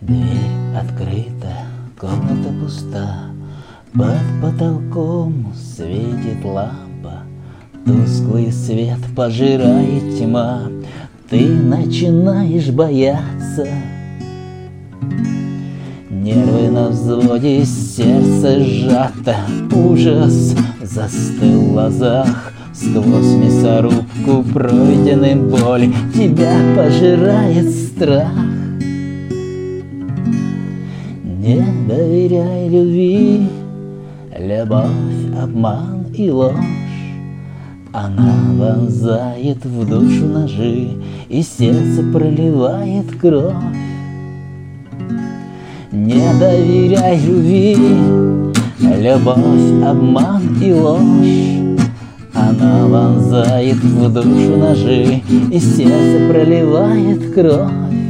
Дверь открыта, комната пуста, под потолком светит лампа, тусклый свет пожирает тьма, ты начинаешь бояться. Нервы на взводе, сердце сжато, ужас застыл в глазах. Сквозь мясорубку пройденной боли тебя пожирает страх. Не доверяй любви, любовь, обман и ложь. Она вонзает в душу ножи, и сердце проливает кровь. Не доверяй любви, любовь, обман и ложь. Она вонзает в душу ножи, и сердце проливает кровь.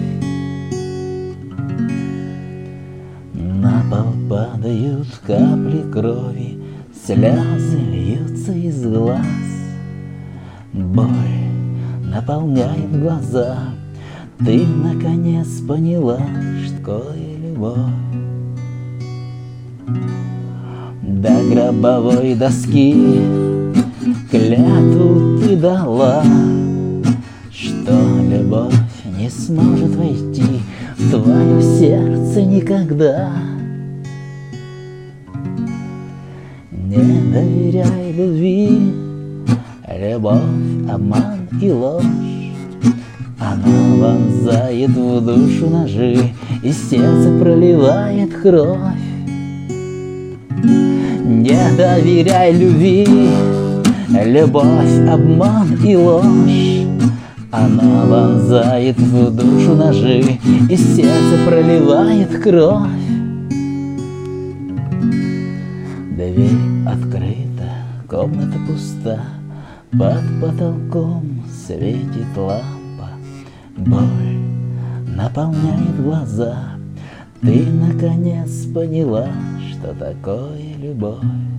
На пол падают капли крови, слезы льются из глаз. Боль наполняет глаза, ты наконец поняла, что такое любовь. До гробовой доски клятву ты дала, что любовь не сможет войти в твое сердце никогда. Не доверяй любви, любовь, обман и ложь. Она вонзает в душу ножи, и сердце проливает кровь. Не доверяй любви, любовь, обман и ложь. Она вонзает в душу ножи, и сердце проливает кровь. Дверь открыта, комната пуста, под потолком светит лампа. Боль наполняет глаза, ты наконец поняла, что такое любовь.